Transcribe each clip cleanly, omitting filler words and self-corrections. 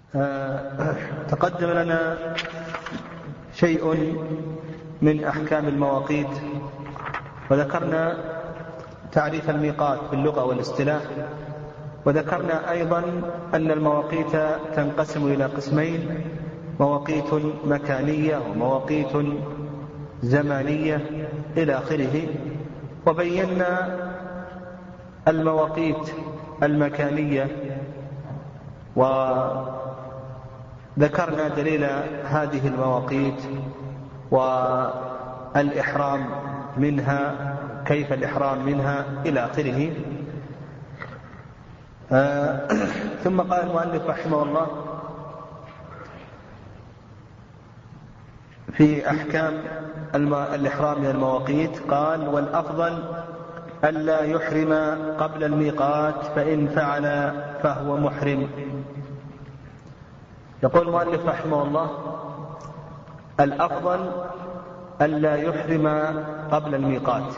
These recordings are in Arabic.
تقدم لنا شيء من أحكام المواقيت، وذكرنا تعريف الميقات باللغة والاصطلاح، وذكرنا أيضا أن المواقيت تنقسم إلى قسمين: مواقيت مكانية ومواقيت زمانية إلى آخره. وبينا المواقيت المكانية وذكرنا دليل هذه المواقيت والإحرام منها، كيف الإحرام منها إلى آخره. ثم قال المؤلف رحمه الله في أحكام الإحرام من المواقيت، قال: والأفضل ألا يحرم قبل الميقات، فإن فعل فهو محرم. يقول المؤلف رحمه الله: الأفضل ألا يحرم قبل الميقات،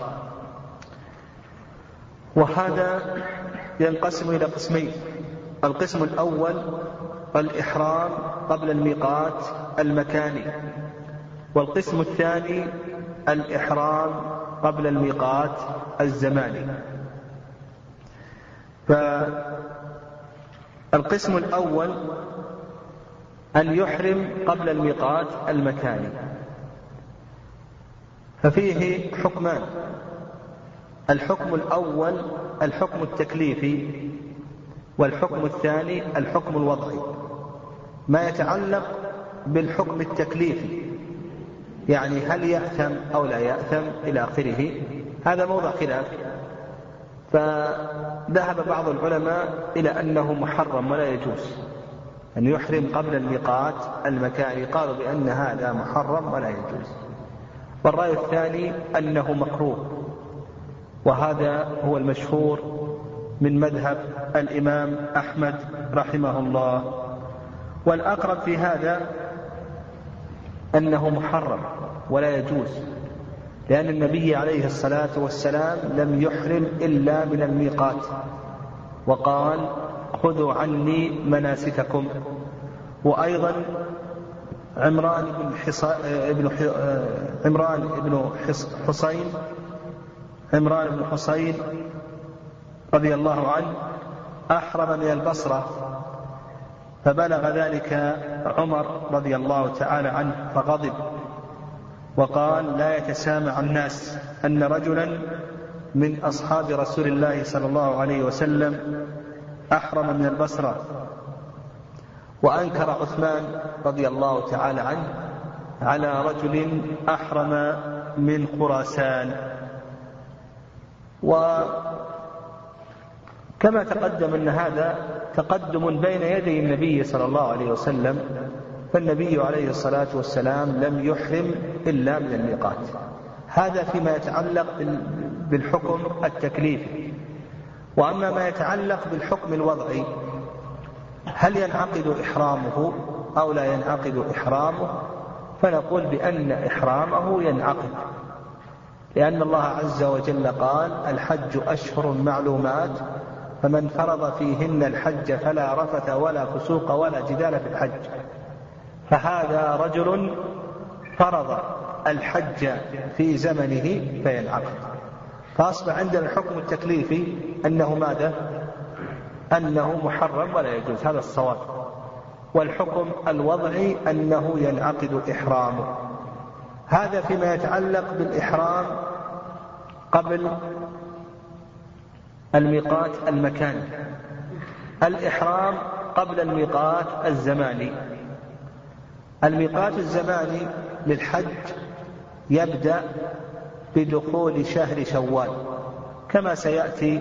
وهذا ينقسم إلى قسمين: القسم الأول الإحرام قبل الميقات المكاني، والقسم الثاني الإحرام قبل الميقات الزماني. فالقسم الأول أن يحرم قبل الميقات المكاني، ففيه حكمان: الحكم الأول الحكم التكليفي، والحكم الثاني الحكم الوضعي. ما يتعلق بالحكم التكليفي، يعني هل يأثم أو لا يأثم إلى آخره، هذا موضع خلاف. فذهب بعض العلماء إلى أنه محرم ولا يجوز أن يحرم قبل الميقات المكاني، قالوا بأن هذا محرم ولا يجوز. والرأي الثاني أنه مكروه، وهذا هو المشهور من مذهب الإمام أحمد رحمه الله. والأقرب في هذا أنه محرم ولا يجوز، لأن النبي عليه الصلاة والسلام لم يحرم إلا من الميقات، وقال: خذوا عني مناسككم. وأيضا عمران بن حسين رضي الله عنه أحرم من البصرة، فبلغ ذلك عمر رضي الله تعالى عنه فغضب وقال: لا يتسامع الناس أن رجلا من أصحاب رسول الله صلى الله عليه وسلم أحرم من البصرة. وأنكر عثمان رضي الله تعالى عنه على رجل أحرم من خراسان. وكما تقدم أن هذا تقدم بين يدي النبي صلى الله عليه وسلم، فالنبي عليه الصلاة والسلام لم يحرم إلا من الميقات. هذا فيما يتعلق بالحكم التكليفي. وأما ما يتعلق بالحكم الوضعي، هل ينعقد إحرامه أو لا ينعقد إحرامه؟ فنقول بأن إحرامه ينعقد، لأن الله عز وجل قال: الحج أشهر معلومات، فمن فرض فيهن الحج فلا رفث ولا فسوق ولا جدال في الحج. فهذا رجل فرض الحج في زمنه فينعقد. فأصبح عندنا الحكم التكليفي أنه ماذا؟ أنه محرم ولا يجوز، هذا الصواب. والحكم الوضعي أنه ينعقد إحرامه. هذا فيما يتعلق بالإحرام قبل الميقات المكاني. الإحرام قبل الميقات الزماني: الميقات الزماني للحج يبدأ بدخول شهر شوال، كما سيأتي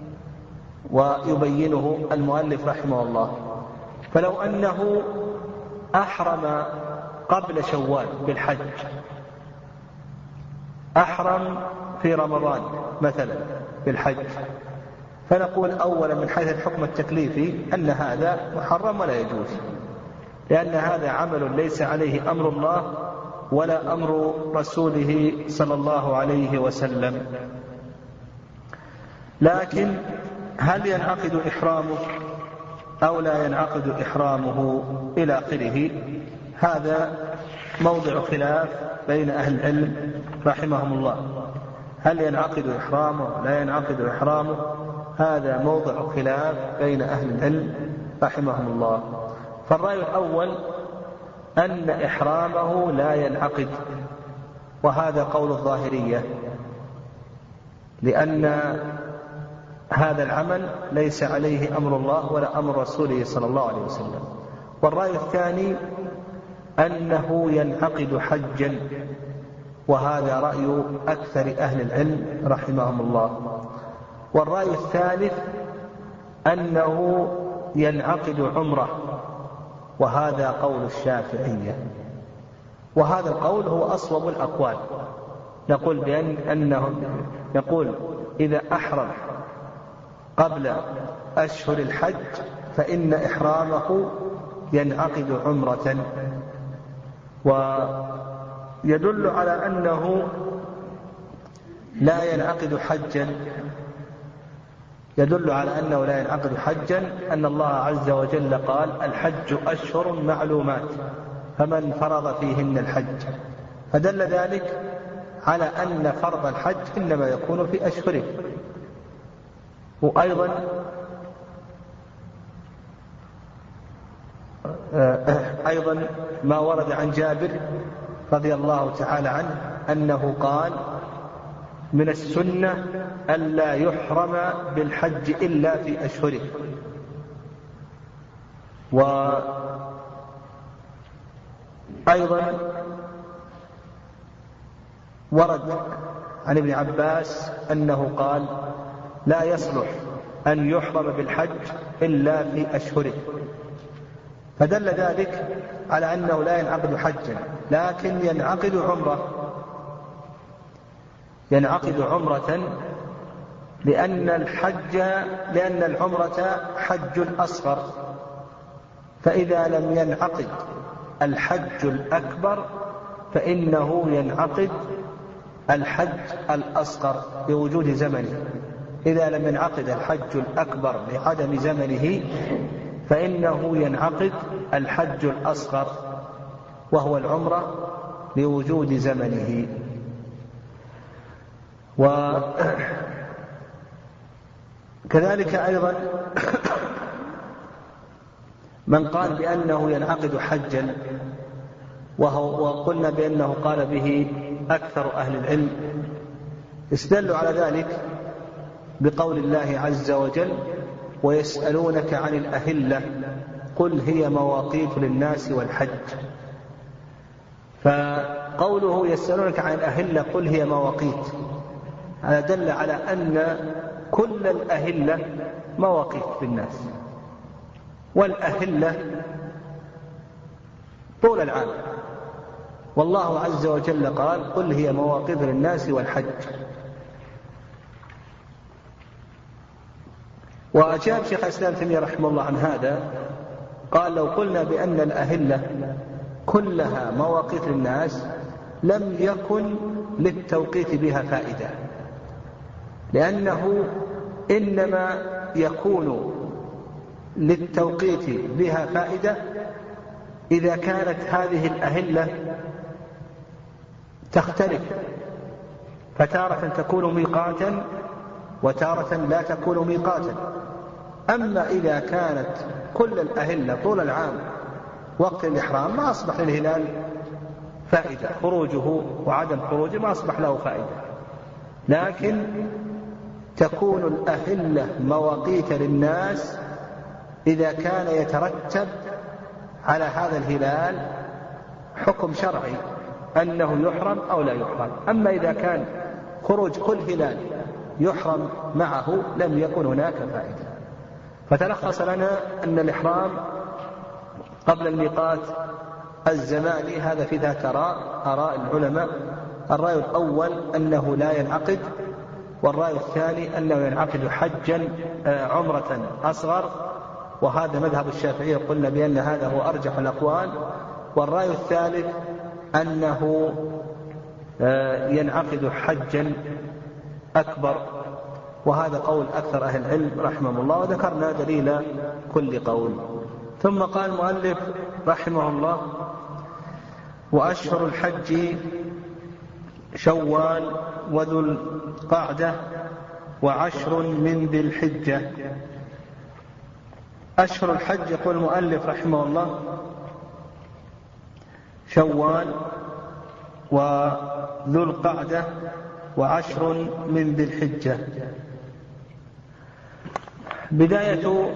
ويبينه المؤلف رحمه الله. فلو أنه أحرم قبل شوال بالحج، أحرم في رمضان مثلا بالحج، فنقول أولا من حيث الحكم التكليفي أن هذا محرم ولا يجوز، لأن هذا عمل ليس عليه أمر الله ولا أمر رسوله صلى الله عليه وسلم. لكن هل ينعقد إحرامه أو لا ينعقد إحرامه إلى آخره. هذا موضع خلاف بين أهل العلم رحمهم الله، هل ينعقد إحرامه لا ينعقد إحرامه؟ هذا موضع خلاف بين أهل العلم رحمهم الله. فالرأي الأول أن إحرامه لا ينعقد، وهذا قول الظاهرية، لأن هذا العمل ليس عليه أمر الله ولا أمر رسوله صلى الله عليه وسلم. والرأي الثاني أنه ينعقد حجا، وهذا رأي أكثر أهل العلم رحمهم الله. والرأي الثالث أنه ينعقد عمره، وهذا قول الشافعية، وهذا القول هو أصوب الأقوال. نقول إذا أحرم قبل أشهر الحج فإن إحرامه ينعقد عمرة. ويدل على أنه لا ينعقد حجا أن الله عز وجل قال: الحج أشهر معلومات فمن فرض فيهن الحج، فدل ذلك على أن فرض الحج إنما يكون في أشهره. وأيضا ما ورد عن جابر رضي الله تعالى عنه أنه قال: من السنة ألا يحرم بالحج إلا في أشهره. وأيضا ورد عن ابن عباس أنه قال: لا يصلح أن يحرم بالحج إلا في أشهره، فدل ذلك على أنه لا ينعقد حجا، لكن ينعقد عمرة، لأن العمرة حج أصغر، فإذا لم ينعقد الحج الأكبر فإنه ينعقد الحج الأصغر بوجود زمنه. إذا لم ينعقد الحج الأكبر لعدم زمنه فإنه ينعقد الحج الأصغر وهو العمرة لوجود زمنه. وكذلك أيضا من قال بأنه ينعقد حجا، وقلنا بأنه قال به أكثر أهل العلم، استدلوا على ذلك بقول الله عز وجل: ويسألونك عن الأهلة قل هي مواقيت للناس والحج. فقوله يسألونك عن الأهلة قل هي مواقيت، هذا دل على أن كل الأهلة مواقيت للناس، والأهلة طول العام، والله عز وجل قال: قل هي مواقيت للناس والحج. وأجاب شيخ الإسلام ابن تيمية رحمه الله عن هذا، قال: لو قلنا بأن الأهلة كلها مواقيت للناس لم يكن للتوقيت بها فائدة، لأنه إنما يكون للتوقيت بها فائدة إذا كانت هذه الأهلة تختلف، فتارة تكون ميقاتا وتارة لا تكون ميقاتا. أما إذا كانت كل الأهلة طول العام وقت الإحرام ما أصبح للهلال فائدة، خروجه وعدم خروجه ما أصبح له فائدة. لكن تكون الأهلة مواقيت للناس إذا كان يترتب على هذا الهلال حكم شرعي أنه يحرم أو لا يحرم. أما إذا كان خروج كل هلال يحرم معه لم يكن هناك فائدة. فتلخص لنا أن الإحرام قبل الميقات الزماني هذا في ذات آراء العلماء. الرأي الأول أنه لا ينعقد، والرأي الثاني أنه ينعقد حجا عمرة أصغر، وهذا مذهب الشافعية، قلنا بأن هذا هو أرجح الأقوال. والرأي الثالث أنه ينعقد حجا أكبر، وهذا قول أكثر أهل العلم رحمه الله، وذكرنا دليل كل قول. ثم قال المؤلف رحمه الله: وأشهر الحج شوال وذو القعدة وعشر من ذي الحجة. أشهر الحج يقول المؤلف رحمه الله شوال وذو القعدة وعشر من ذي الحجة. بداية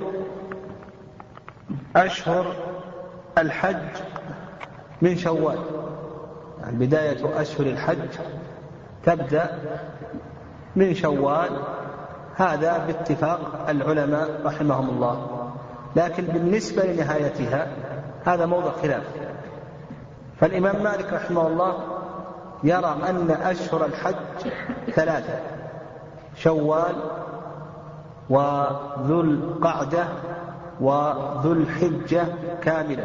أشهر الحج من شوال، يعني بداية أشهر الحج تبدأ من شوال، هذا باتفاق العلماء رحمهم الله. لكن بالنسبة لنهايتها هذا موضع خلاف، فالإمام مالك رحمه الله يرى أن أشهر الحج 3: شوال وذو القعدة وذو الحجة كاملة.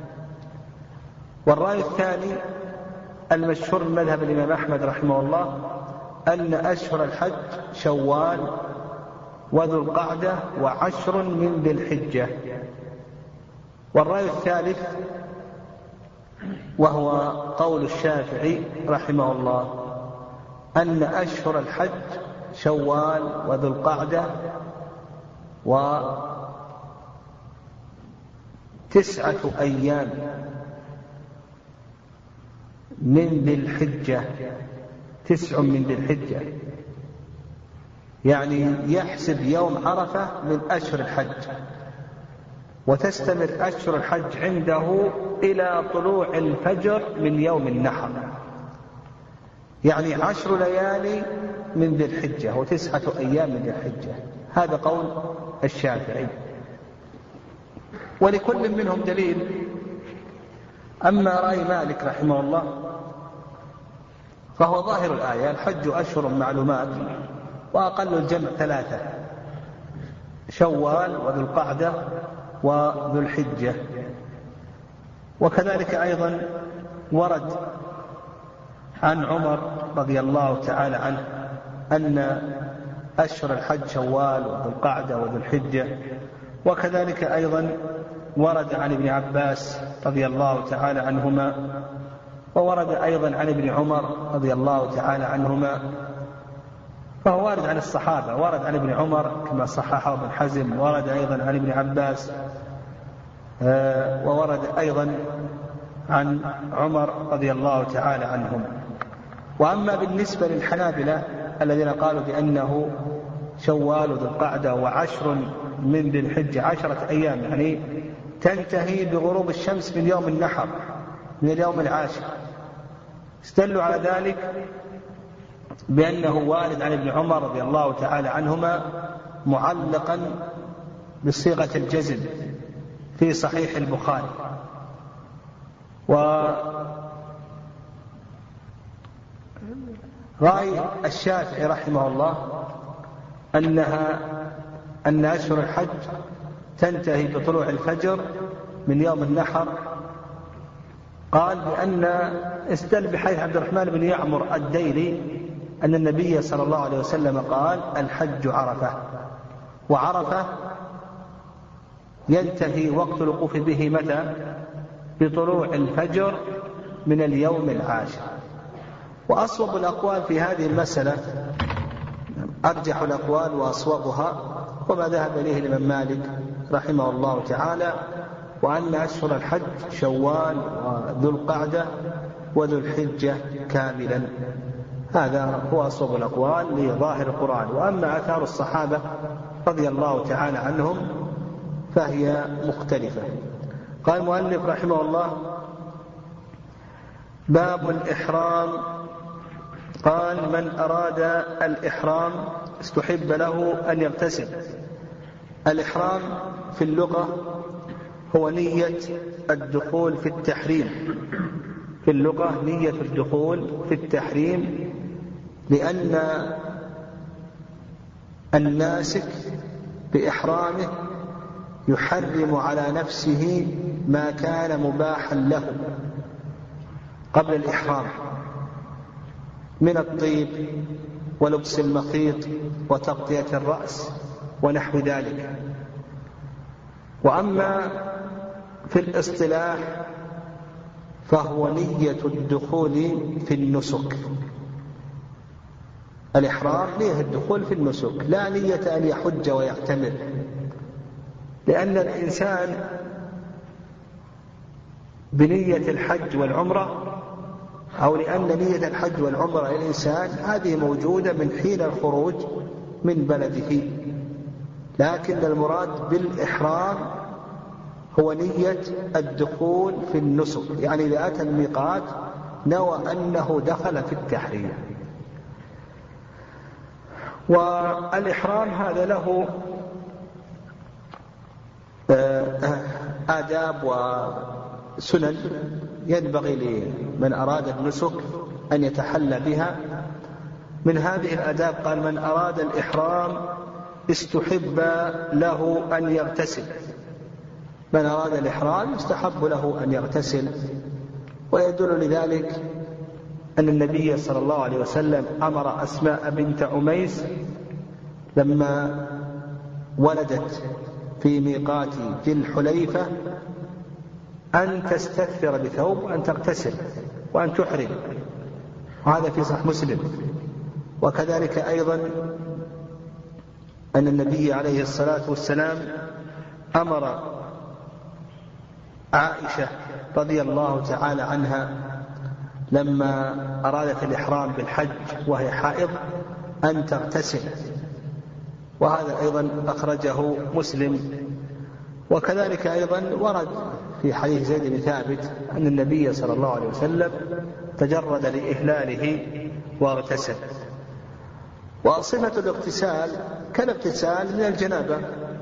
والرأي الثاني المشهور من مذهب الإمام أحمد رحمه الله أن أشهر الحج شوال وذو القعدة وعشر من ذي الحجة. والرأي الثالث وهو قول الشافعي رحمه الله أن أشهر الحج شوال وذو القعدة و9 أيام من ذي الحجة، 9 من ذي الحجة، يعني يحسب يوم عرفة من أشهر الحج، وتستمر أشهر الحج عنده إلى طلوع الفجر من يوم النحر، يعني 10 ليالي من ذي الحجة و9 أيام من ذي الحجة. هذا قول الشافعي، ولكل منهم دليل. أما رأي مالك رحمه الله فهو ظاهر الآية: الحج أشهر معلومات، وأقل الجمع 3: شوال وذو القعدة وذو الحجة. وكذلك أيضا ورد عن عمر رضي الله تعالى عنه أن أشهر الحج شوال وذو القعدة وذو الحجة. وكذلك أيضا ورد عن ابن عباس رضي الله تعالى عنهما، وورد أيضا عن ابن عمر رضي الله تعالى عنهما، فهو وارد عن الصحابة. ورد عن ابن عمر كما صححه ابن حزم، ورد أيضا عن ابن عباس، وورد أيضا عن عمر رضي الله تعالى عنهم. وأما بالنسبة للحنابلة الذين قالوا بأنه شوال وذو القعدة وعشر من ذي الحجة، 10 أيام، يعني تنتهي بغروب الشمس من يوم النحر من اليوم العاشر، استدلوا على ذلك بأنه وارد عن ابن عمر رضي الله تعالى عنهما معلقا بصيغة الجزم في صحيح البخاري. ورأي الشافعي رحمه الله أن أشهر الحج تنتهي بطلوع الفجر من يوم النحر. قال بأن استدل بحديث عبد الرحمن بن يعمر الديلي أن النبي صلى الله عليه وسلم قال: الحج عرفة، وعرفة ينتهي وقت الوقوف به متى؟ بطلوع الفجر من اليوم العاشر. وأصوب الأقوال في هذه المسألة، أرجح الأقوال وأصوبها وما ذهب إليه الإمام مالك رحمه الله تعالى، وأن أشهر الحج شوال وذو القعدة وذو الحجة كاملا. هذا هو أصوب الأقوال لظاهر القرآن. وأما آثار الصحابة رضي الله تعالى عنهم فهي مختلفة. قال المؤلف رحمه الله: باب الإحرام. قال: من أراد الإحرام استحب له أن يغتسل. الإحرام في اللغة هو نية الدخول في التحريم، في اللغة نية الدخول في التحريم، لأن الناسك بإحرامه يحرم على نفسه ما كان مباحا له قبل الإحرام من الطيب ولبس المخيط وتغطية الرأس ونحو ذلك. وأما في الاصطلاح فهو نية الدخول في النسك. الإحرام نية الدخول في النسك، لا نية أن يحج ويعتمر، لأن الإنسان بنية الحج والعمرة، أو لأن نية الحج والعمرة للإنسان هذه موجودة من حين الخروج من بلده، لكن المراد بالإحرام هو نية الدخول في النسك، يعني إذا أتى الميقات نوى أنه دخل في التحريم. والإحرام هذا له آداب وسنن ينبغي لمن أراد النسك أن يتحلى بها. من هذه الآداب قال: من أراد الإحرام استحب له أن يغتسل. من أراد الإحرام يستحب له أن يغتسل. ويدل لذلك أن النبي صلى الله عليه وسلم أمر أسماء بنت عميس لما ولدت في ميقات ذي الحليفة أن تستثر بثوب وأن تغتسل وأن تحرم، وهذا في صحيح مسلم. وكذلك أيضا أن النبي عليه الصلاة والسلام أمر عائشة رضي الله تعالى عنها لما أرادت الإحرام بالحج وهي حائض أن تغتسل، وهذا أيضا أخرجه مسلم. وكذلك أيضا ورد في حديث زيد بن ثابت أن النبي صلى الله عليه وسلم تجرد لإهلاله واغتسل. وصفة الاغتسال كالاغتسال من الجنابة،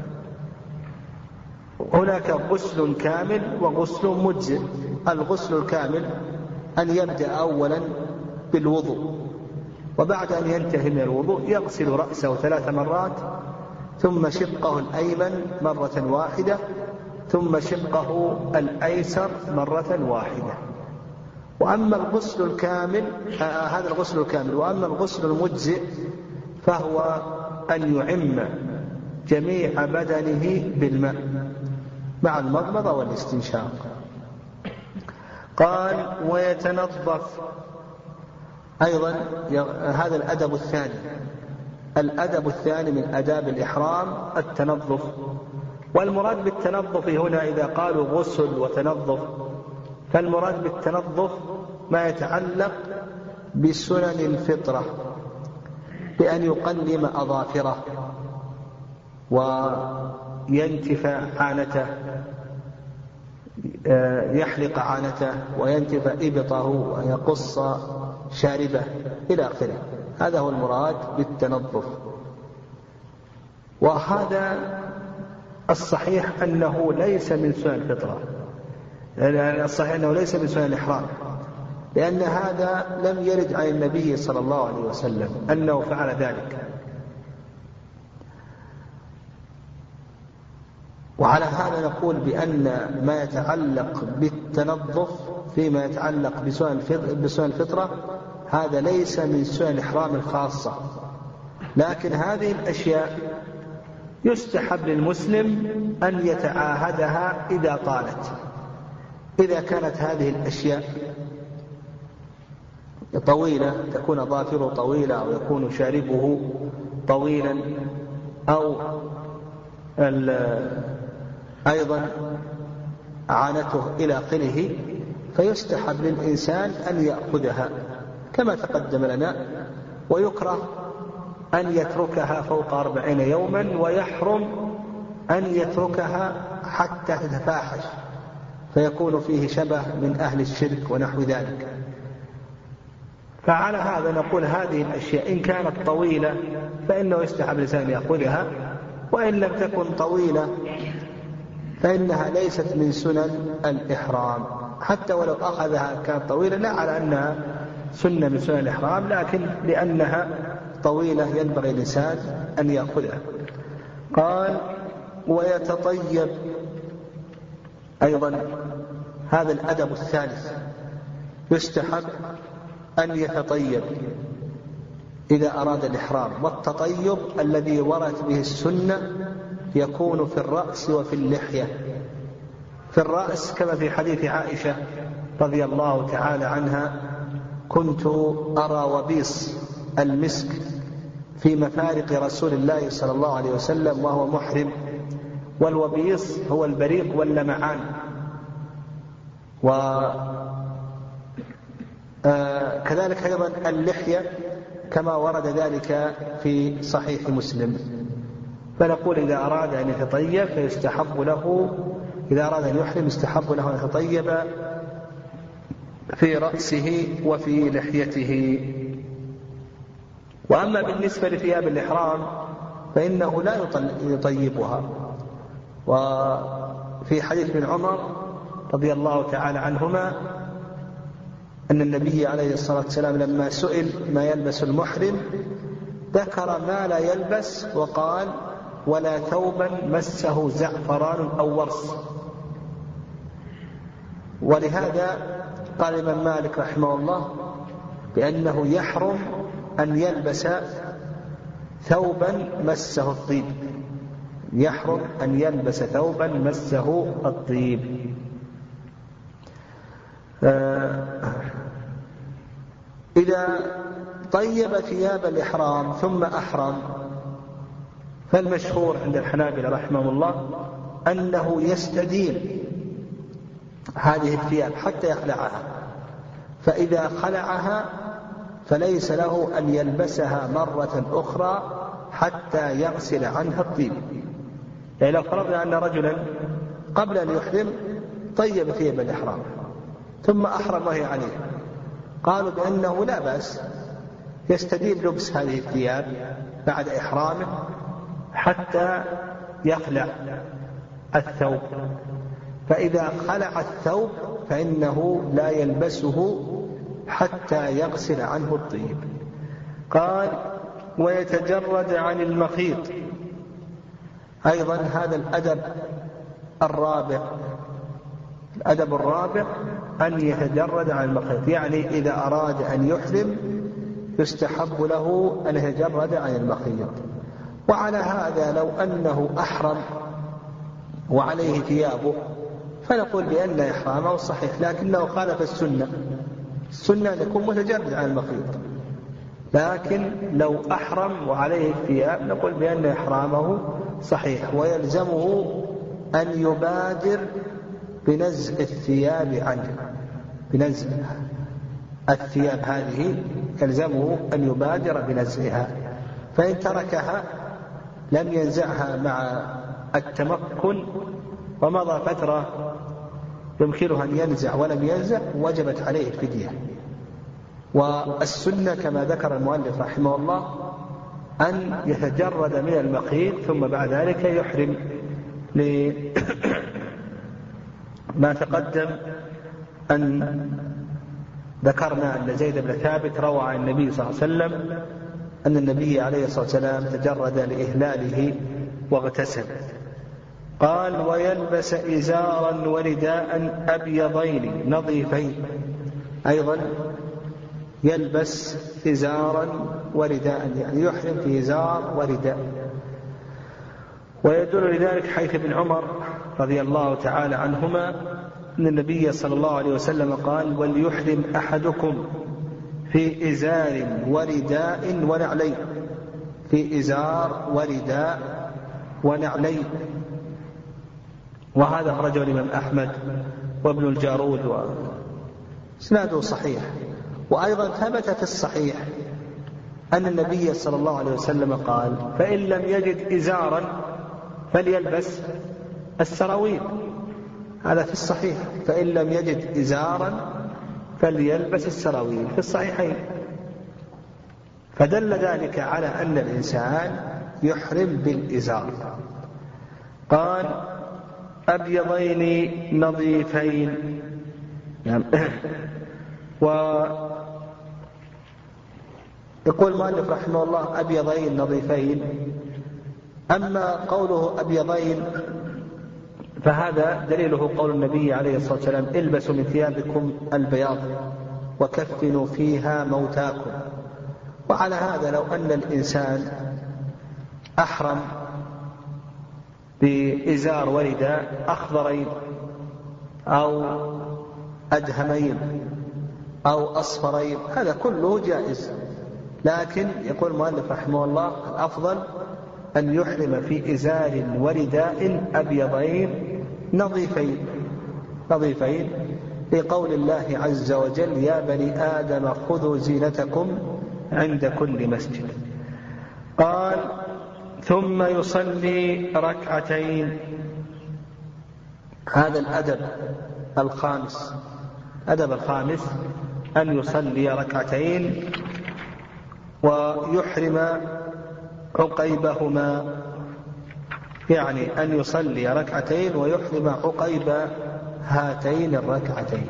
هناك غسل كامل وغسل مجزئ. الغسل الكامل أن يبدأ أولا بالوضوء، وبعد أن ينتهي من الوضوء يغسل رأسه 3 مرات، ثم شقه الأيمن مرة واحدة، ثم شقه الأيسر مرة واحدة. وأما الغسل الكامل هذا الغسل الكامل. وأما الغسل المجزئ فهو أن يعم جميع بدنه بالماء مع المضمضة والاستنشاق. قال: ويتنظف أيضا. هذا الأدب الثاني. الأدب الثاني من آداب الإحرام التنظف. والمراد بالتنظف هنا إذا قالوا غسل وتنظف فالمراد بالتنظف ما يتعلق بسنن الفطرة، بأن يقلم أظافره وينتف عانته، يحلق عانته وينتف إبطه ويقص شاربه إلى آخره. هذا هو المراد بالتنظف. وهذا الصحيح أنه ليس من سنن الفطرة، الصحيح أنه ليس من سنن الإحرام، لأن هذا لم يرد عن النبي صلى الله عليه وسلم أنه فعل ذلك. وعلى هذا نقول بأن ما يتعلق بالتنظف فيما يتعلق بسنن الفطرة هذا ليس من سنن الإحرام الخاصة، لكن هذه الأشياء يستحب للمسلم أن يتعاهدها إذا طالت. إذا كانت هذه الأشياء طويلة، تكون أظافره طويلة أو يكون شاربه طويلا، أو أيضا عانته إلى آخره، فيستحب للإنسان أن يأخذها كما تقدم لنا. ويكره أن يتركها فوق 40 يوما، ويحرم أن يتركها حتى تتفاحش فيكون فيه شبه من أهل الشرك ونحو ذلك. فعلى هذا نقول هذه الأشياء إن كانت طويلة فإنه يستحب الإنسان أن يأخذها، وإن لم تكن طويلة فإنها ليست من سنن الإحرام، حتى ولو أخذها كانت طويلة، لا على أنها سنة من سنن الإحرام، لكن لأنها طويلة ينبغي الإنسان أن يأخذها. قال: ويتطيب أيضا. هذا الأدب الثالث، يستحب أن يتطيب. إذا أراد الإحرام. والتطيب الذي وردت به السنة يكون في الرأس وفي اللحية. في الرأس كما في حديث عائشة رضي الله تعالى عنها: كنت أرى وبيص المسك في مفارق رسول الله صلى الله عليه وسلم وهو محرم. والوبيص هو البريق واللمعان. وكذلك أيضا اللحية كما ورد ذلك في صحيح مسلم. فنقول إذا أراد أن يتطيب فيستحب له، إذا أراد أن يحرم يستحب له أن يتطيب في رأسه وفي لحيته. وأما بالنسبة لثياب الإحرام فإنه لا يطيبها. وفي حديث ابن عمر رضي الله تعالى عنهما أن النبي عليه الصلاة والسلام لما سئل ما يلبس المحرم ذكر ما لا يلبس وقال: ولا ثوبا مسه زعفران أو ورس. ولهذا قال الإمام مالك رحمه الله بأنه يحرم أن يلبس ثوبا مسه الطيب، يحرم أن يلبس ثوبا مسه الطيب. إذا طيب ثياب الإحرام ثم أحرم فالمشهور عند الحنابلة رحمه الله أنه يستديم هذه الثياب حتى يخلعها، فإذا خلعها فليس له أن يلبسها مرة أخرى حتى يغسل عنها الطيب. يعني لو فرضنا أن رجلا قبل أن يحرم طيب ثياب الإحرام ثم أحرم وهي عليه، قالوا بأنه لا بأس يستديم لبس هذه الثياب بعد إحرامه حتى يخلع الثوب. فإذا خلع الثوب فإنه لا يلبسه حتى يغسل عنه الطيب. قال: ويتجرد عن المخيط. أيضا هذا الأدب الرابع أن يتجرد عن المخيط، يعني إذا أراد أن يحرم يستحب له أن يتجرد عن المخيط. وعلى هذا لو أنه أحرم وعليه ثيابه فنقول بأن إحرامه صحيح، لكنه خالف السنة أن يكون متجرد عن المخيط. لكن لو أحرم وعليه الثياب نقول بأن إحرامه صحيح، ويلزمه أن يبادر بنزع الثياب عنه، بنزع الثياب هذه يلزمه أن يبادر بنزعها، فإن تركها لم ينزعها مع التمكن ومضى فترة يمكنه أن ينزع ولم ينزع وجبت عليه الفدية. والسنة كما ذكر المؤلف رحمه الله أن يتجرد من المخيط ثم بعد ذلك يحرم، لما تقدم أن ذكرنا أن زيد بن ثابت روى عن النبي صلى الله عليه وسلم أن النبي عليه الصلاة والسلام تجرد لإهلاله واغتسل. قال: ويلبس إزارا ورداء أبيضين نظيفين. أيضا يلبس إزارا ورداء، يعني يحرم في إزار ورداء. ويدل لذلك حيث ابن عمر رضي الله تعالى عنهما أن النبي صلى الله عليه وسلم قال: وليحرم أحدكم في إزار ورداء ونعلين، في إزار ورداء ونعلين. وهذا أخرجه الإمام أحمد وابن الجارود وإسناده صحيح. وأيضا ثبت في الصحيح أن النبي صلى الله عليه وسلم قال: فإن لم يجد إزارا فليلبس السراويل. هذا في الصحيح، فإن لم يجد إزارا فليلبس السراويل في الصحيحين. فدل ذلك على أن الإنسان يحرم بالإزار. قال: أبيضين نظيفين. ويقول المؤلف رحمه الله: أبيضين نظيفين. أما قوله أبيضين فهذا دليله قول النبي عليه الصلاة والسلام: البسوا من ثيابكم البياض وكفنوا فيها موتاكم. وعلى هذا لو أن الإنسان أحرم بإزار ورداء أخضرين أو أدهمين أو أصفرين هذا كله جائز، لكن يقول المؤلف رحمه الله الأفضل أن يحرم في إزار ورداء أبيضين نظيفين لقول الله عز وجل: يا بني آدم خذوا زينتكم عند كل مسجد. قال: ثم يصلي ركعتين. هذا الأدب الخامس أن يصلي ركعتين ويحرم عقيبهما، يعني أن يصلي ركعتين ويحرم عقيب هاتين الركعتين.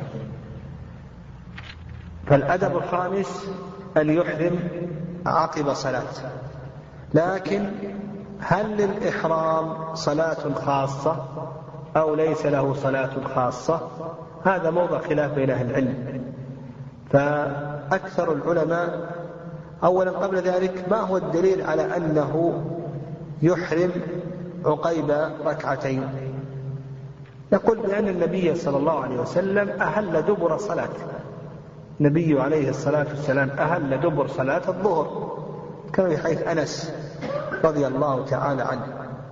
فالأدب الخامس أن يحرم عقب صلاة، لكن هل للإحرام صلاة خاصة أو ليس له صلاة خاصة؟ هذا موضع خلاف بين أهل العلم. فأكثر العلماء أولا قبل ذلك ما هو الدليل على أنه يحرم عقيب ركعتين؟ يقول بأن النبي صلى الله عليه وسلم أهل دبر صلاة، النبي عليه الصلاة والسلام أهل دبر صلاة الظهر كما في حديث أنس رضي الله تعالى عنه.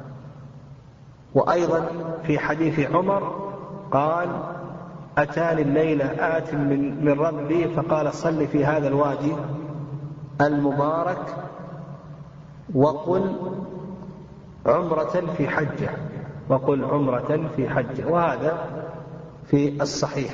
وأيضا في حديث عمر قال: أتاني الليلة آت من ربي فقال: صل في هذا الوادي المبارك وقل عمرة في حجة، وهذا في الصحيح.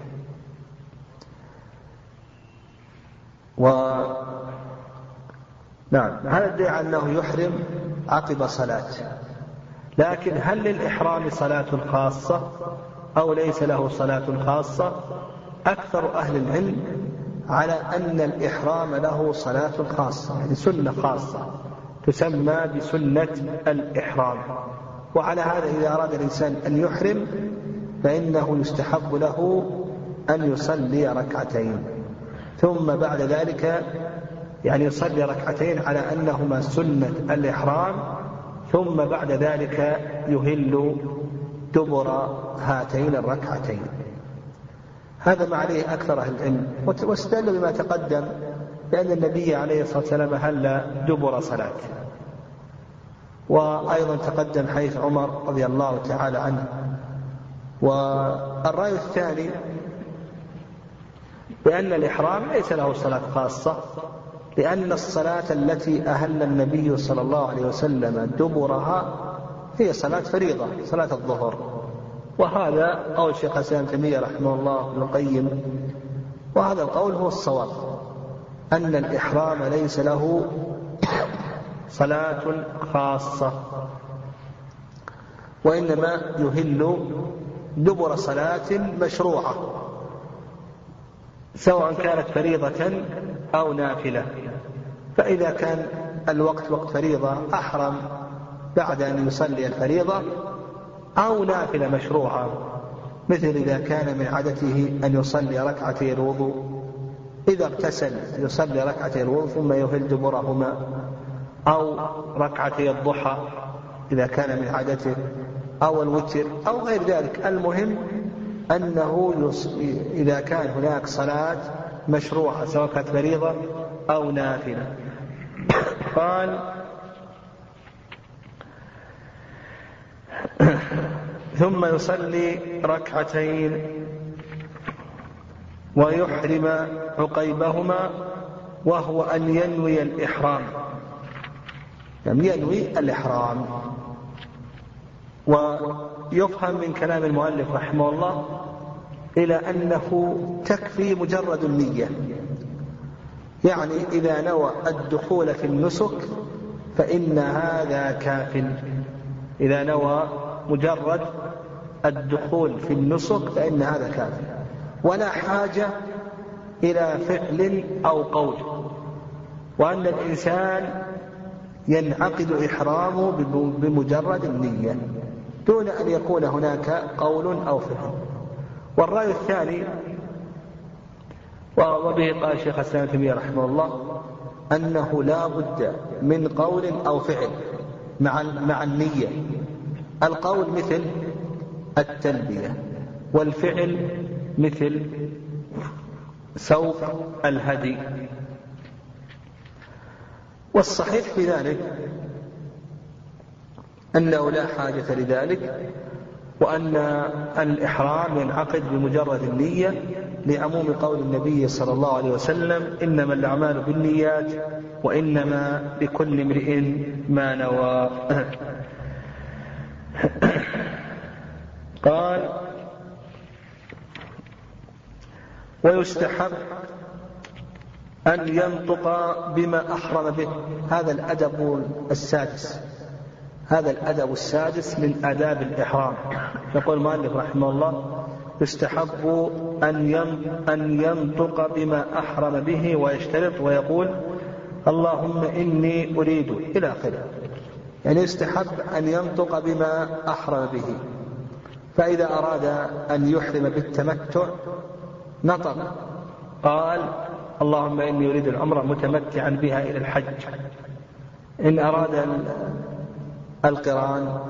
نعم، هذا الدليل أنه يحرم عقب صلاة. لكن هل للإحرام صلاة خاصة أو ليس له صلاة خاصة؟ أكثر أهل العلم على أن الإحرام له صلاة خاصة، يعني سنة خاصة تسمى بسنة الإحرام. وعلى هذا إذا أراد الإنسان أن يحرم فإنه يستحب له أن يصلي ركعتين، ثم بعد ذلك يعني يصلي ركعتين على أنهما سنة الإحرام، ثم بعد ذلك يهل دبر هاتين الركعتين. هذا ما عليه أكثر أهل العلم، واستدل بما تقدم لأن النبي عليه الصلاة والسلام هل دبر صلاة. وأيضا تقدم حديث عمر رضي الله تعالى عنه. والرأي الثاني بأن الإحرام ليس له صلاة خاصة، لأن الصلاة التي أهل النبي صلى الله عليه وسلم دبرها هي صلاة فريضة، صلاة الظهر. وهذا قول شيخ الإسلام تيمية رحمه الله ابن القيم، وهذا القول هو الصواب، أن الإحرام ليس له صلاة خاصة، وإنما يهل دبر صلاة مشروعة سواء كانت فريضة أو نافلة. فإذا كان الوقت وقت فريضة أحرم بعد أن يصلي الفريضة، أو نافلة مشروعة مثل إذا كان من عادته أن يصلي ركعتي الوضوء، إذا اغتسل يصلي ركعتي الوضوء ثم يهل دبرهما، أو ركعتي الضحى إذا كان من عادته، أو الوتر أو غير ذلك. المهم أنه إذا كان هناك صلاة مشروعة سواء كانت فريضة أو نافلة. قال: ثم يصلي ركعتين ويحرم عقيبهما، وهو أن ينوي الإحرام، يعني ينوي الإحرام. ويفهم من كلام المؤلف رحمه الله إلى أنه تكفي مجرد النية، يعني إذا نوى الدخول في النسك فإن هذا كاف. إذا نوى مجرد الدخول في النسك فإن هذا كاف، ولا حاجة إلى فعل أو قول، وأن الإنسان ينعقد إحرامه بمجرد النية دون أن يكون هناك قول أو فعل. والرأي الثاني وبه قال شيخ الإسلام ابن تيمية رحمه الله أنه لا بد من قول أو فعل مع النية. القول مثل التلبية، والفعل مثل سوق الهدي. والصحيح في ذلك أنه لا حاجة لذلك، وأن الإحرام ينعقد بمجرد النية، لعموم قول النبي صلى الله عليه وسلم: إنما الأعمال بالنيات وإنما لكل امرئ ما نوى. قال: ويستحب أن ينطق بما أحرم به. هذا الأدب السادس، هذا الأدب السادس من آداب الإحرام. يقول المؤلف رحمه الله: يستحب أن ينطق بما أحرم به ويشترط ويقول: اللهم إني أريد، إلى آخره. يعني يستحب أن ينطق بما أحرم به. فإذا أراد أن يحرم بالتمتع نطق، قال: اللهم إني أريد العمرة متمتعا بها إلى الحج. إن أراد القران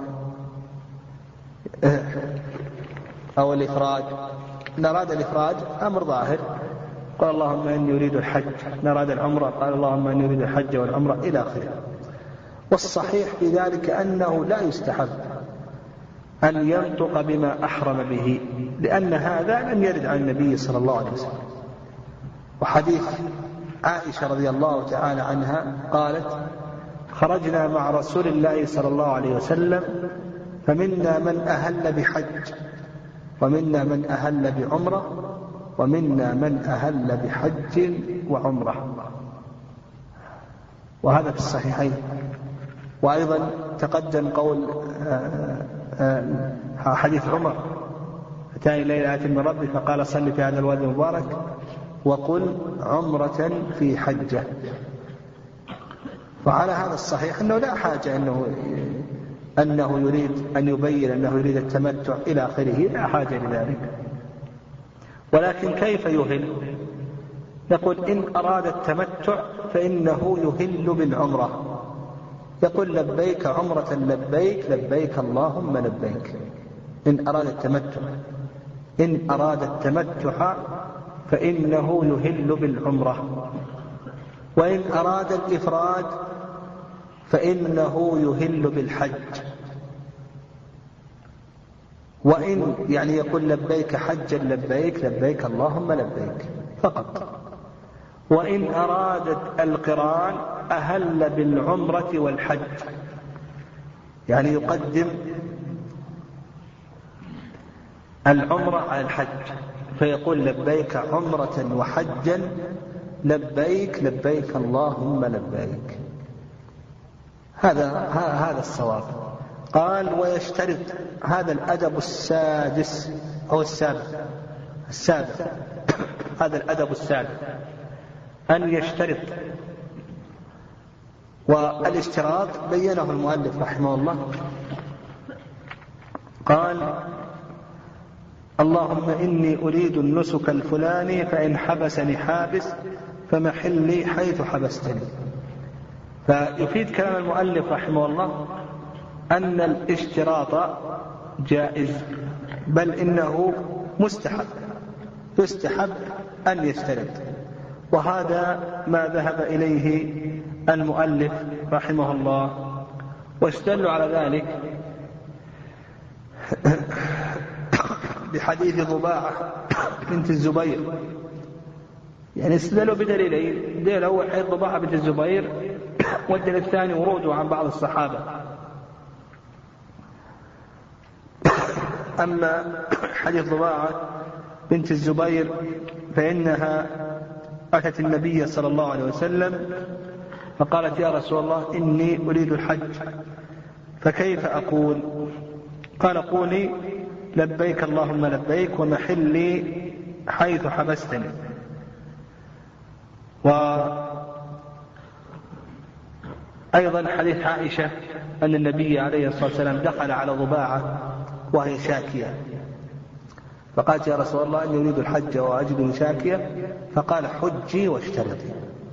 أو الإفراد، إن أراد الإفراد أمر ظاهر، قال: اللهم إني أريد الحج. إن أراد العمرة قال: اللهم إني أريد الحج والعمرة، إلى آخره. والصحيح في ذلك أنه لا يستحب أن ينطق بما أحرم به، لأن هذا لم يرد عن النبي صلى الله عليه وسلم. وحديث عائشة رضي الله تعالى عنها قالت: خرجنا مع رسول الله صلى الله عليه وسلم فمنا من أهل بحج ومنا من أهل بعمرة ومنا من أهل بحج وعمرة. وهذا في الصحيحين. وأيضا تقدم قول حديث عمر: أتاني ليلة آت من ربي فقال: صل في هذا الوادي المبارك وقل عمرة في حجة. وعلى هذا الصحيح أنه لا حاجة أنه يريد أن يبين أنه يريد التمتع إلى آخره، لا حاجة لذلك. ولكن كيف يهل؟ يقول: إن أراد التمتع فإنه يهل بالعمرة، يقول: لبيك عمرة لبيك لبيك اللهم لبيك. إن أراد التمتع فإنه يهل بالعمرة. وإن أراد الإفراد فإنه يهل بالحج. وإن يعني يقول: لبيك حجا لبيك لبيك اللهم لبيك فقط. وإن أرادت القران أهل بالعمرة والحج، يعني يقدم العمرة على الحج، فيقول: لبيك عمرة وحجا لبيك لبيك اللهم لبيك. هذا الصواب. قال: ويشترط، هذا الأدب السادس أو السابع، هذا الأدب السابع، أن يشترط. والاشتراط بينه المؤلف رحمه الله، قال: اللهم إني أريد النسك الفلاني فإن حبسني حابس فمحلي حيث حبستني. فيفيد كلام المؤلف رحمه الله أن الاشتراط جائز، بل إنه مستحب، يستحب أن يشترط. وهذا ما ذهب إليه المؤلف رحمه الله. واستدلوا على ذلك بحديث ضباعة بنت الزبير. يعني استدلوا بدليلين: الدليل الأول حديث ضباعة بنت الزبير، والدليل الثاني وروده عن بعض الصحابة. أما حديث ضباعة بنت الزبير فإنها أتت النبي صلى الله عليه وسلم فقالت: يا رسول الله إني أريد الحج فكيف أقول؟ قال: قولي: لبيك اللهم لبيك ومحلي حيث حبستني. وأيضا حديث عائشة أن النبي عليه الصلاة والسلام دخل على ضباعة وهي شاكية، فقالت يا رسول الله إني أريد الحج وأجدني شاكية، فقال حجي واشترطي،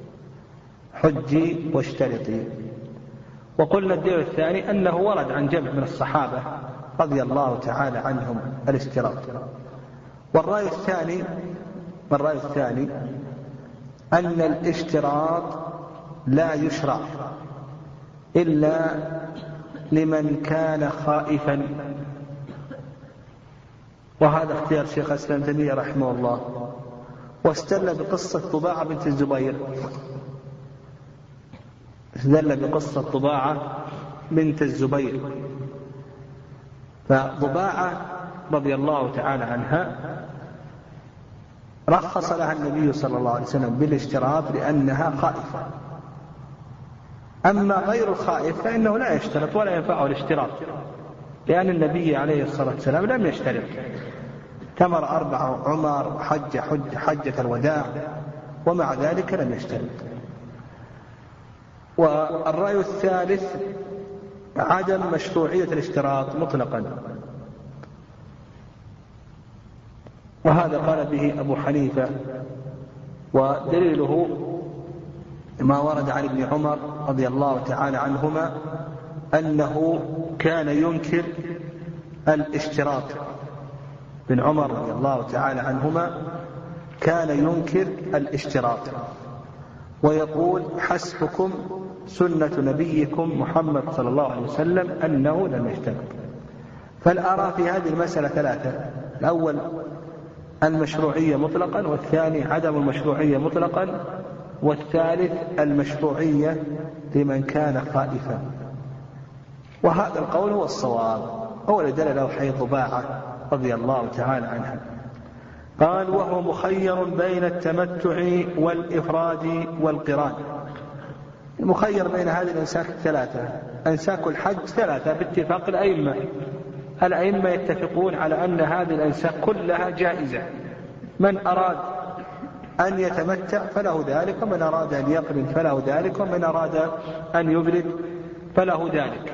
حجي واشترطي. وقلنا الدليل الثاني أنه ورد عن جمع من الصحابة رضي الله تعالى عنهم الاشتراط. والرأي الثاني أن الاشتراط لا يشرع إلا لمن كان خائفا، وهذا اختيار شيخ الإسلام ابن تيمية رحمه الله، واستدل بقصة طباعة بنت الزبير، استدل بقصة طباعة بنت الزبير. فطباعة رضي الله تعالى عنها رخص لها النبي صلى الله عليه وسلم بالاشتراط لأنها خائفة. أما غير الخائف فإنه لا يشترط ولا ينفعه الاشتراط، لأن النبي عليه الصلاة والسلام لم يشترط، تمر 4 عمر حجة الوداع ومع ذلك لم يشترط. والرأي الثالث عدم مشروعية الاشتراط مطلقا، وهذا قال به أبو حنيفة، ودليله ما ورد عن ابن عمر رضي الله تعالى عنهما أنه كان ينكر الاشتراط. ابن عمر رضي الله تعالى عنهما كان ينكر الاشتراط ويقول حسبكم سنة نبيكم محمد صلى الله عليه وسلم أنه لم يشترط. فالآراء في هذه المسألة 3: الأول المشروعية مطلقا، والثاني عدم المشروعية مطلقا، والثالث المشروعية لمن كان خائفا. وهذا القول هو الصواب، هو الذي دل له حديث طباعة رضي الله تعالى عنها. قال وهو مخير بين التمتع والإفراد والقران. المخير بين هذه الأنساك 3، أنساك الحج 3 باتفاق الأئمة يتفقون على أن هذه الأنساك كلها جائزة، من أراد أن يتمتع فله ذلك، ومن أراد أن يقرن فله ذلك، ومن أراد أن يفرد فله ذلك.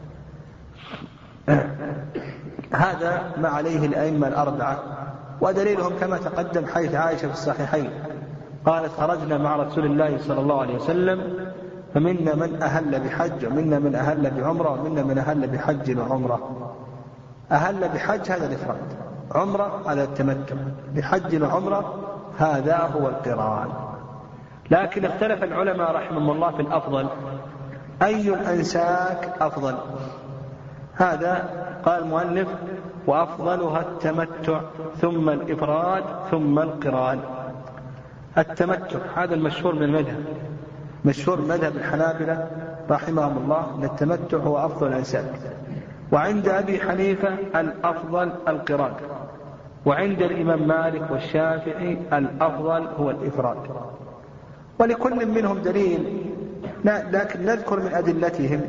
هذا ما عليه الأئمة الأربعة، ودليلهم كما تقدم حيث عائشة في الصحيحين قالت خرجنا مع رسول الله صلى الله عليه وسلم فمنا من أهل بحج ومنا من أهل بعمرة ومنا من أهل بحج وعمرة. أهل بحج هذا الإفراد، عمرة هذا التمتع، بحج وعمرة هذا هو القران. لكن اختلف العلماء رحمهم الله في الأفضل، أي الأنساك أفضل؟ هذا قال المؤلف وأفضلها التمتع ثم الإفراد ثم القران. التمتع هذا المشهور من المذهب، مشهور مذهب الحنابلة رحمهم الله أن التمتع هو أفضل الأنساك، وعند أبي حنيفة الأفضل القران، وعند الإمام مالك والشافعي الأفضل هو الإفراد. ولكل منهم دليل، لكن نذكر من أدلتهم.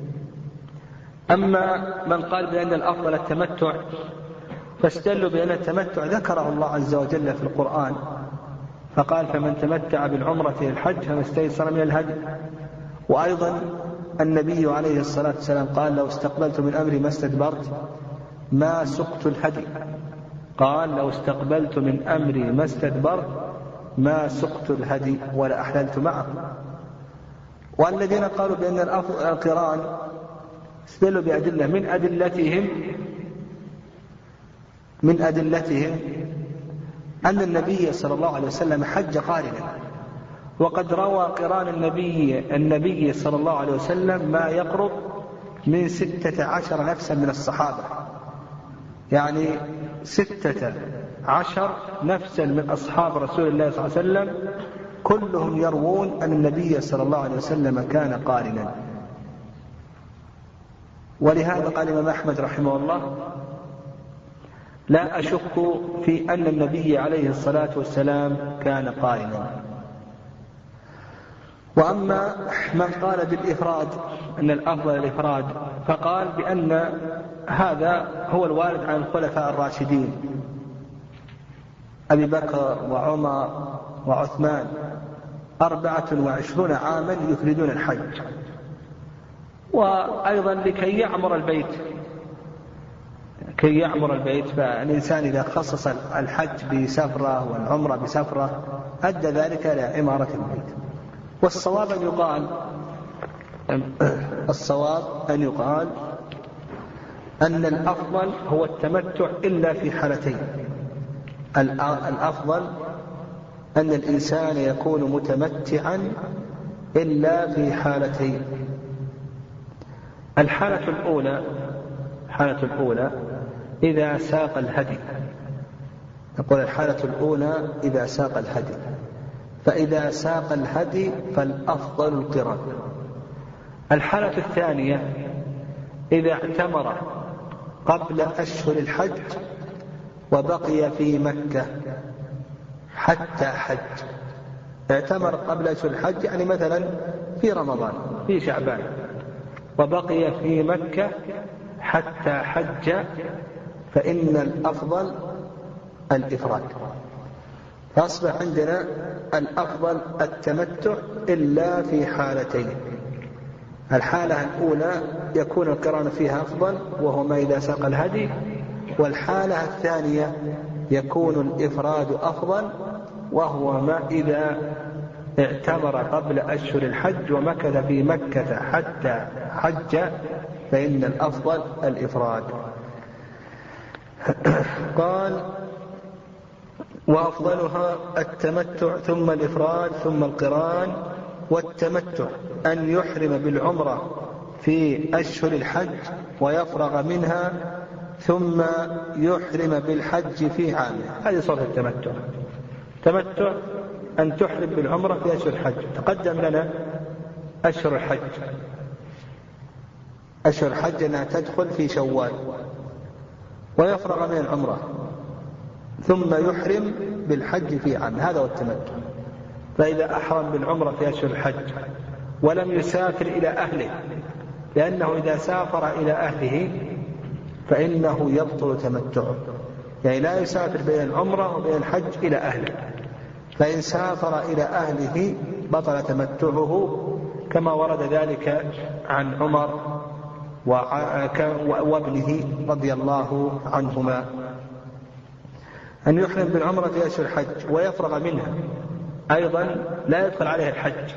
أما من قال بأن الأفضل التمتع فاستدلوا بأن التمتع ذكره الله عز وجل في القرآن، فقال فمن تمتع بالعمرة إلى الحج فما استيسر من الهدي. وأيضا النبي عليه الصلاة والسلام قال لو استقبلت من أمري ما استدبرت ما سقت الهدي، قال لو استقبلت من أمري ما استدبرت ما سقت الهدي ولا أحللت معه. والذين قالوا بأن القران استدلوا بأدلة من أدلتهم أن النبي صلى الله عليه وسلم حج قارنا، وقد روى قران النبي صلى الله عليه وسلم ما يقرب من 16 نفسا من الصحابة، يعني 16 نفسا من أصحاب رسول الله صلى الله عليه وسلم كلهم يروون أن النبي صلى الله عليه وسلم كان قارنا. ولهذا قال الإمام أحمد رحمه الله لا أشك في أن النبي عليه الصلاة والسلام كان قارنا. وأما من قال بالإفراد أن الأفضل الإفراد فقال بأن هذا هو الوارد عن الخلفاء الراشدين أبي بكر وعمر وعثمان 24 عاما يفردون الحج. وأيضا لكي يعمر البيت كي يعمر البيت، فالإنسان إذا خصص الحج بسفرة والعمرة بسفرة أدى ذلك إلى عمارة البيت. والصواب أن يقال أن الأفضل هو التمتع إلا في حالتين. الأفضل أن الإنسان يكون متمتعا إلا في حالتين. الحالة الأولى إذا ساق الهدي، نقول الحالة الأولى إذا ساق الهدي، فإذا ساق الهدي فالأفضل القران. الحالة الثانية إذا اعتمر قبل أشهر الحج وبقي في مكة حتى حج. اعتمر قبل أشهر الحج يعني مثلا في رمضان في شعبان، وبقي في مكة حتى حج، فإن الأفضل الإفراد. فأصبح عندنا الأفضل التمتع إلا في حالتين. الحالة الأولى يكون القران فيها أفضل وهو ما إذا ساق الهدي، والحالة الثانية يكون الإفراد أفضل وهو ما إذا اعتمر قبل أشهر الحج ومكث في مكة حتى حج، فإن الأفضل الإفراد. قال وأفضلها التمتع ثم الإفراد ثم القران. والتمتع أن يحرم بالعمرة في أشهر الحج ويفرغ منها ثم يحرم بالحج في عامه. هذه صورة التمتع. تمتع أن تحرم بالعمرة في أشهر الحج. تقدم لنا أشهر الحج. أشهر الحج أنها تدخل في شوال ويفرغ من العمرة ثم يحرم بالحج في عامه، هذا هو التمتع. فإذا أحرم بالعمرة في أشهر الحج ولم يسافر إلى أهله، لأنه إذا سافر إلى أهله فإنه يبطل تمتعه، يعني لا يسافر بين العمرة وبين الحج إلى أهله، فإن سافر إلى أهله بطل تمتعه، كما ورد ذلك عن عمر وابنه رضي الله عنهما. أن يحرم بالعمرة في أشهر الحج ويفرغ منها، أيضا لا يدخل عليها الحج،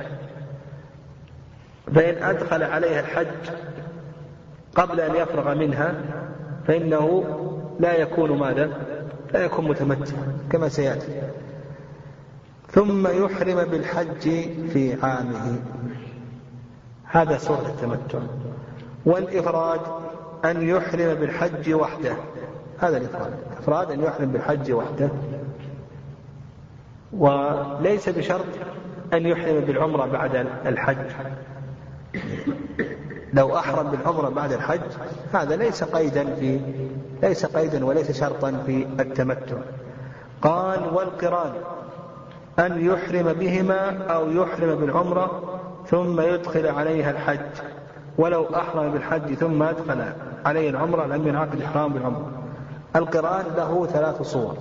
فإن أدخل عليها الحج قبل أن يفرغ منها فإنه لا يكون ماذا؟ لا يكون متمتع كما سيأتي. ثم يحرم بالحج في عامه، هذا صورة التمتع. والإفراد أن يحرم بالحج وحده، هذا الإفراد أن يحرم بالحج وحده، وليس بشرط أن يحرم بالعمرة بعد الحج. لو أحرم بالعمرة بعد الحج هذا ليس قيدا وليس شرطا في التمتع. قال والقران أن يحرم بهما أو يحرم بالعمرة ثم يدخل عليها الحج، ولو أحرم بالحج ثم أدخل عليه العمرة لم ينعقد الإحرام بالعمرة. القران له 3 صور.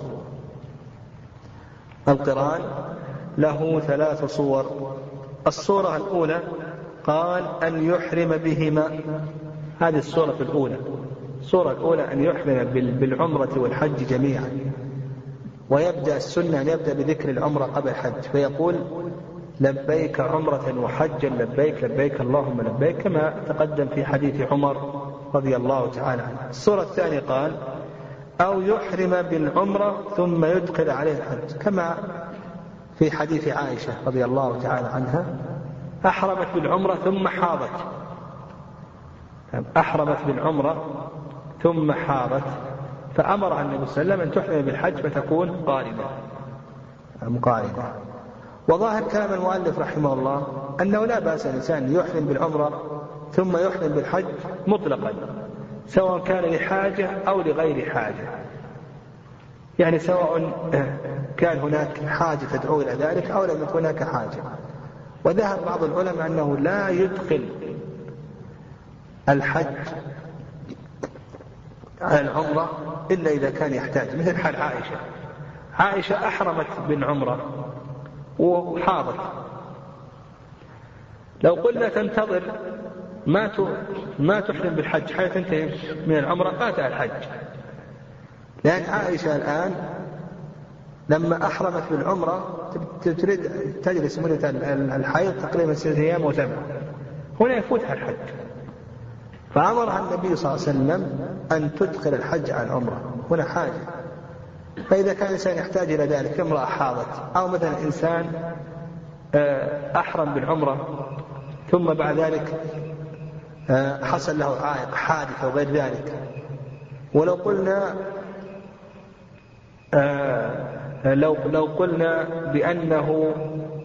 القران له 3 صور. الصورة الأولى قال أن يحرم بهما، هذه الصورة الأولى. الصورة الأولى أن يحرم بالعمرة والحج جميعا، ويبدأ السنة أن يبدأ بذكر العمرة قبل الحج، فيقول لبيك عمرة وحجا لبيك لبيك اللهم لبيك، كما تقدم في حديث عمر رضي الله تعالى عنه. الصورة الثانية قال أو يحرم بالعمرة ثم يدخل عليه الحج، كما في حديث عائشة رضي الله تعالى عنها، أحرمت بالعمرة ثم حاضت، أحرمت بالعمرة ثم حاضت، فأمرها النبي صلى الله عليه وسلم أن تحرم بالحج فتكون مقارنة. وظاهر كلام المؤلف رحمه الله أنه لا بأس الإنسان يحرم بالعمرة ثم يحرم بالحج مطلقا، سواء كان لحاجة أو لغير حاجة، يعني سواء كان هناك حاجة تدعو إلى ذلك أو لم يكن هناك حاجة. وذهب بعض العلماء أنه لا يدخل الحج على العمرة إلا إذا كان يحتاج، مثل حال عائشة أحرمت بالعمرة وحاضت، لو قلنا تنتظر ما تحرم بالحج حتى تنتهي من العمرة فاتها الحج، لأن عائشة الآن لما أحرمت بالعمرة تريد تجلس مدة الحيض تقريبا 6 أيام و7، هنا يفوتها الحج، فأمرها النبي صلى الله عليه وسلم أن تدخل الحج على العمرة، هنا حاجة. فإذا كان الإنسان يحتاج إلى ذلك، امرأة حاضت أو مثلا إنسان أحرم بالعمرة ثم بعد ذلك حصل له عائق حادث وغير ذلك، ولو قلنا لو قلنا بأنه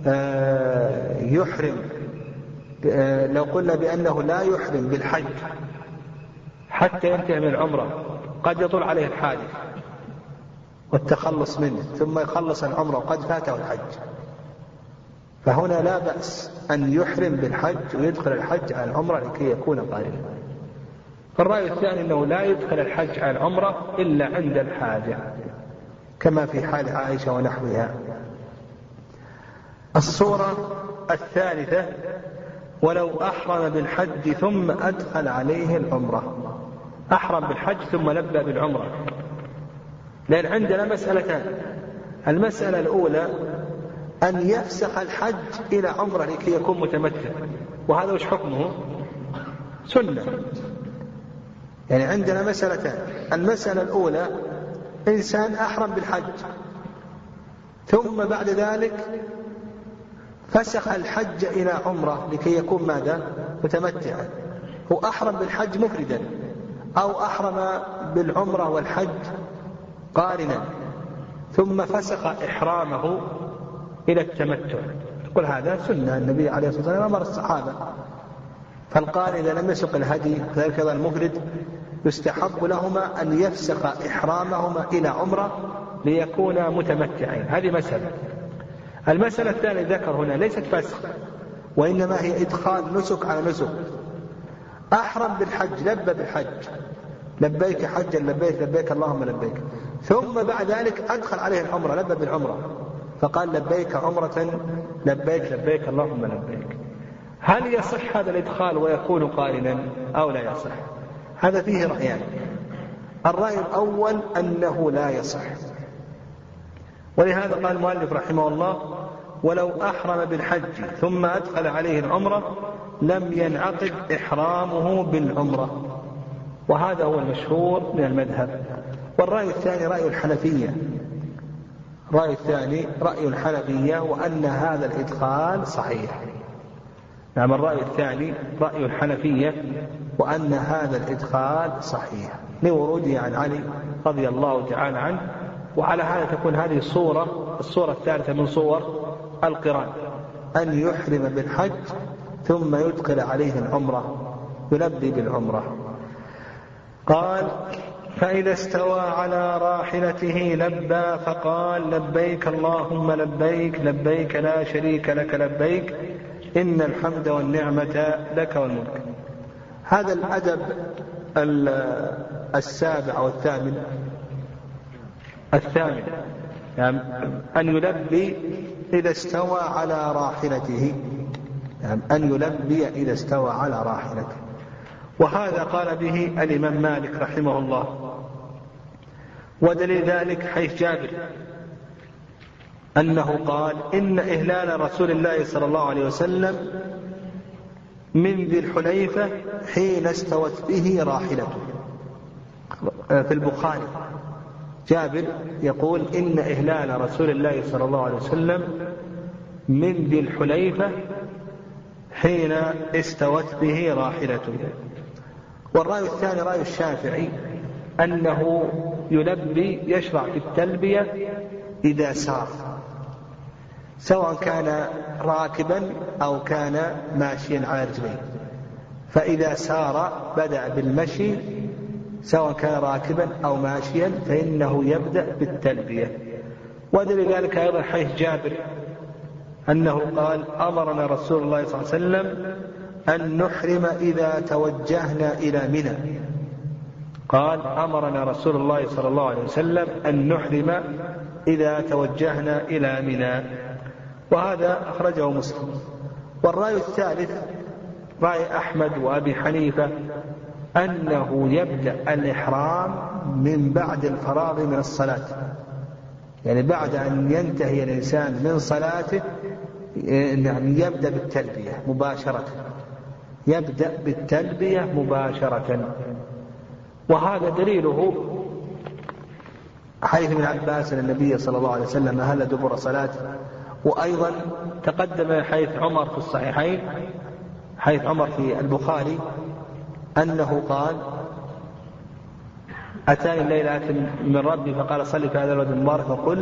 يحرم، لو قلنا بأنه لا يحرم بالحج حتى ينتهي من العمرة، قد يطول عليه الحادث والتخلص منه ثم يخلص العمرة وقد فاته الحج، فهنا لا بأس أن يحرم بالحج ويدخل الحج على العمرة لكي يكون قارنا. فالرأي الثاني أنه لا يدخل الحج على العمرة إلا عند الحاجة كما في حال عائشة ونحوها. الصورة الثالثة: ولو أحرم بالحج ثم أدخل عليه العمرة. أحرم بالحج ثم لبى بالعمرة، لأن عندنا مسألتان: المسألة الأولى أن يفسخ الحج إلى عمرة لكي يكون متمتع، وهذا وش حكمه؟ سنة. يعني عندنا مسألتان: المسألة الأولى إنسان أحرم بالحج ثم بعد ذلك فسخ الحج إلى عمرة لكي يكون ماذا؟ متمتعا. هو أحرم بالحج مفردا أو أحرم بالعمرة والحج قارنا ثم فسخ إحرامه إلى التمتع، تقول هذا سنة، النبي عليه الصلاة والسلام أمر الصحابة. فالقارن إذا لم يسق الهدي كذلك المفرد يستحب لهما أن يفسخ إحرامهما إلى عمرة ليكونا متمتعين. هذه مسألة. المسألة الثانية ذكر هنا ليست فسخ، وإنما هي إدخال نسك على نسك. أحرم بالحج، لبى بالحج، لبيك حجا لبيك لبيك اللهم لبيك، ثم بعد ذلك أدخل عليه العمرة، لبى بالعمرة فقال لبيك عمرة لبيك لبيك اللهم لبيك. هل يصح هذا الإدخال ويكون قارنا أو لا يصح؟ هذا فيه رأيان. الرأي الأول أنه لا يصح، ولهذا قال المؤلف رحمه الله: ولو أحرم بالحج ثم أدخل عليه العمرة لم ينعقد إحرامه بالعمرة، وهذا هو المشهور من المذهب. والرأي الثاني رأي الحنفية، الرأي الثاني رأي الحنفية وأن هذا الإدخال صحيح. نعم، الرأي الثاني رأي الحنفية وأن هذا الإدخال صحيح لوروده عن علي رضي الله تعالى عنه. وعلى هذا تكون هذه الصورة الثالثة من صور القران، أن يحرم بالحج ثم يدخل عليه العمرة، يلبي بالعمرة. قال: فإذا استوى على راحلته لبى فقال: لبيك اللهم لبيك لبيك لا شريك لك لبيك إن الحمد والنعمة لك والملك. هذا الأدب السابع أو الثامن يعني أن يلبي إذا استوى على راحلته، يعني أن يلبي إذا استوى على راحلته. وهذا قال به الإمام مالك رحمه الله. ودليل ذلك حيث جابر أنه قال: إن إهلال رسول الله صلى الله عليه وسلم من ذي الحليفة حين استوت به راحلته. في البخاري جابر يقول: إن إهلال رسول الله صلى الله عليه وسلم من ذي الحليفة حين استوت به راحلته. والرأي الثاني رأي الشافعي أنه يلبي يشرع في التلبية إذا سار، سواء كان راكبا أو كان ماشيا على رجليه. فإذا سار بدأ بالمشي سواء كان راكبا أو ماشيا فإنه يبدأ بالتلبية. ولذلك أيضا حيث جابر أنه قال: أمرنا رسول الله صلى الله عليه وسلم أن نحرم إذا توجهنا إلى منى. قال: أمرنا رسول الله صلى الله عليه وسلم أن نحرم إذا توجهنا إلى منى. وهذا أخرجه مسلم. والرأي الثالث رأي أحمد وأبي حنيفة أنه يبدأ الإحرام من بعد الفراغ من الصلاة، يعني بعد أن ينتهي الإنسان من صلاته يبدأ بالتلبية مباشرة، يبدأ بالتلبية مباشرة. وهذا دليله حديث ابن عباس أن النبي صلى الله عليه وسلم أهل دبر صلاته. وأيضا تقدم حديث عمر في الصحيحين، حديث عمر في البخاري أنه قال أتاني الليلة من ربي فقال صلي في هذا الواد المبارك وقل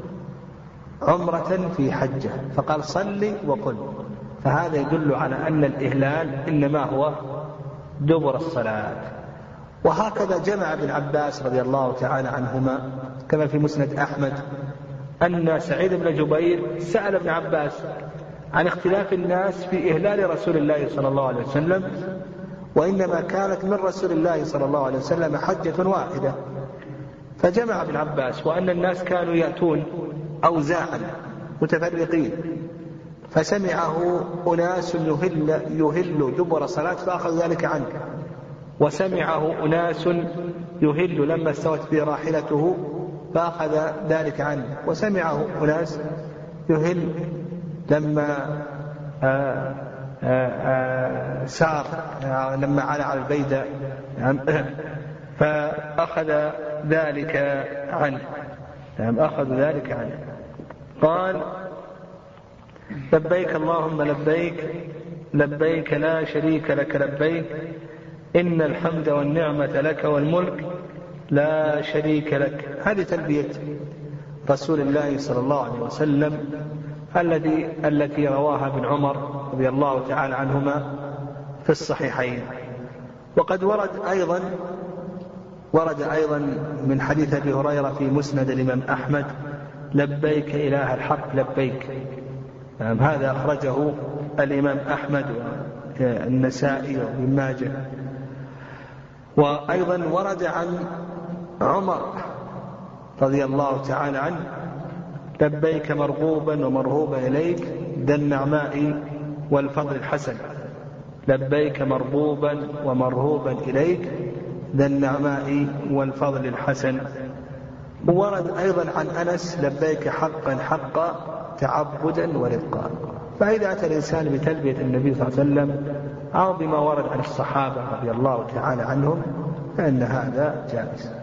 عمرة في حجة، فقال صلي وقل. فهذا يدل على أن الإهلال إنما هو دبر الصلاة. وهكذا جمع ابن عباس رضي الله تعالى عنهما كما في مسند أحمد أن سعيد بن جبير سأل ابن عباس عن اختلاف الناس في إهلال رسول الله صلى الله عليه وسلم، وإنما كانت من رسول الله صلى الله عليه وسلم حجة واحدة. فجمع ابن عباس وأن الناس كانوا يأتون أوزاعا متفرقين، فسمعه أناس يهل دبر صلاة فأخذ ذلك عنه، وسمعه أناس يهل لما استوت به راحلته فأخذ ذلك عنه، وسمعه أناس يهل لما سار لما علا على البيدة فأخذ ذلك عنه، أخذ ذلك عنه. قال لبيك اللهم لبيك لبيك لا شريك لك لبيك إن الحمد والنعمة لك والملك لا شريك لك. هذه تلبية رسول الله صلى الله عليه وسلم التي رواها ابن عمر رضي الله تعالى عنهما في الصحيحين. وقد ورد أيضا من حديث أبي هريرة في مسند الإمام أحمد لبيك إله الحق لبيك. هذا أخرجه الإمام أحمد والنسائي وابن ماجه. وأيضا ورد عن عمر رضي الله تعالى عنه لبيك مرغوبا ومرهوبا إليك ذا النعماء والفضل الحسن، لبيك مرغوبا ومرهوبا إليك ذا النعماء والفضل الحسن. ورد أيضا عن أنس لبيك حقا حقا تعبدا ورقا. فإذا أتى الإنسان بتلبية النبي صلى الله عليه وسلم أو بما ورد عن الصحابة رضي الله تعالى عنهم فإن هذا جائز.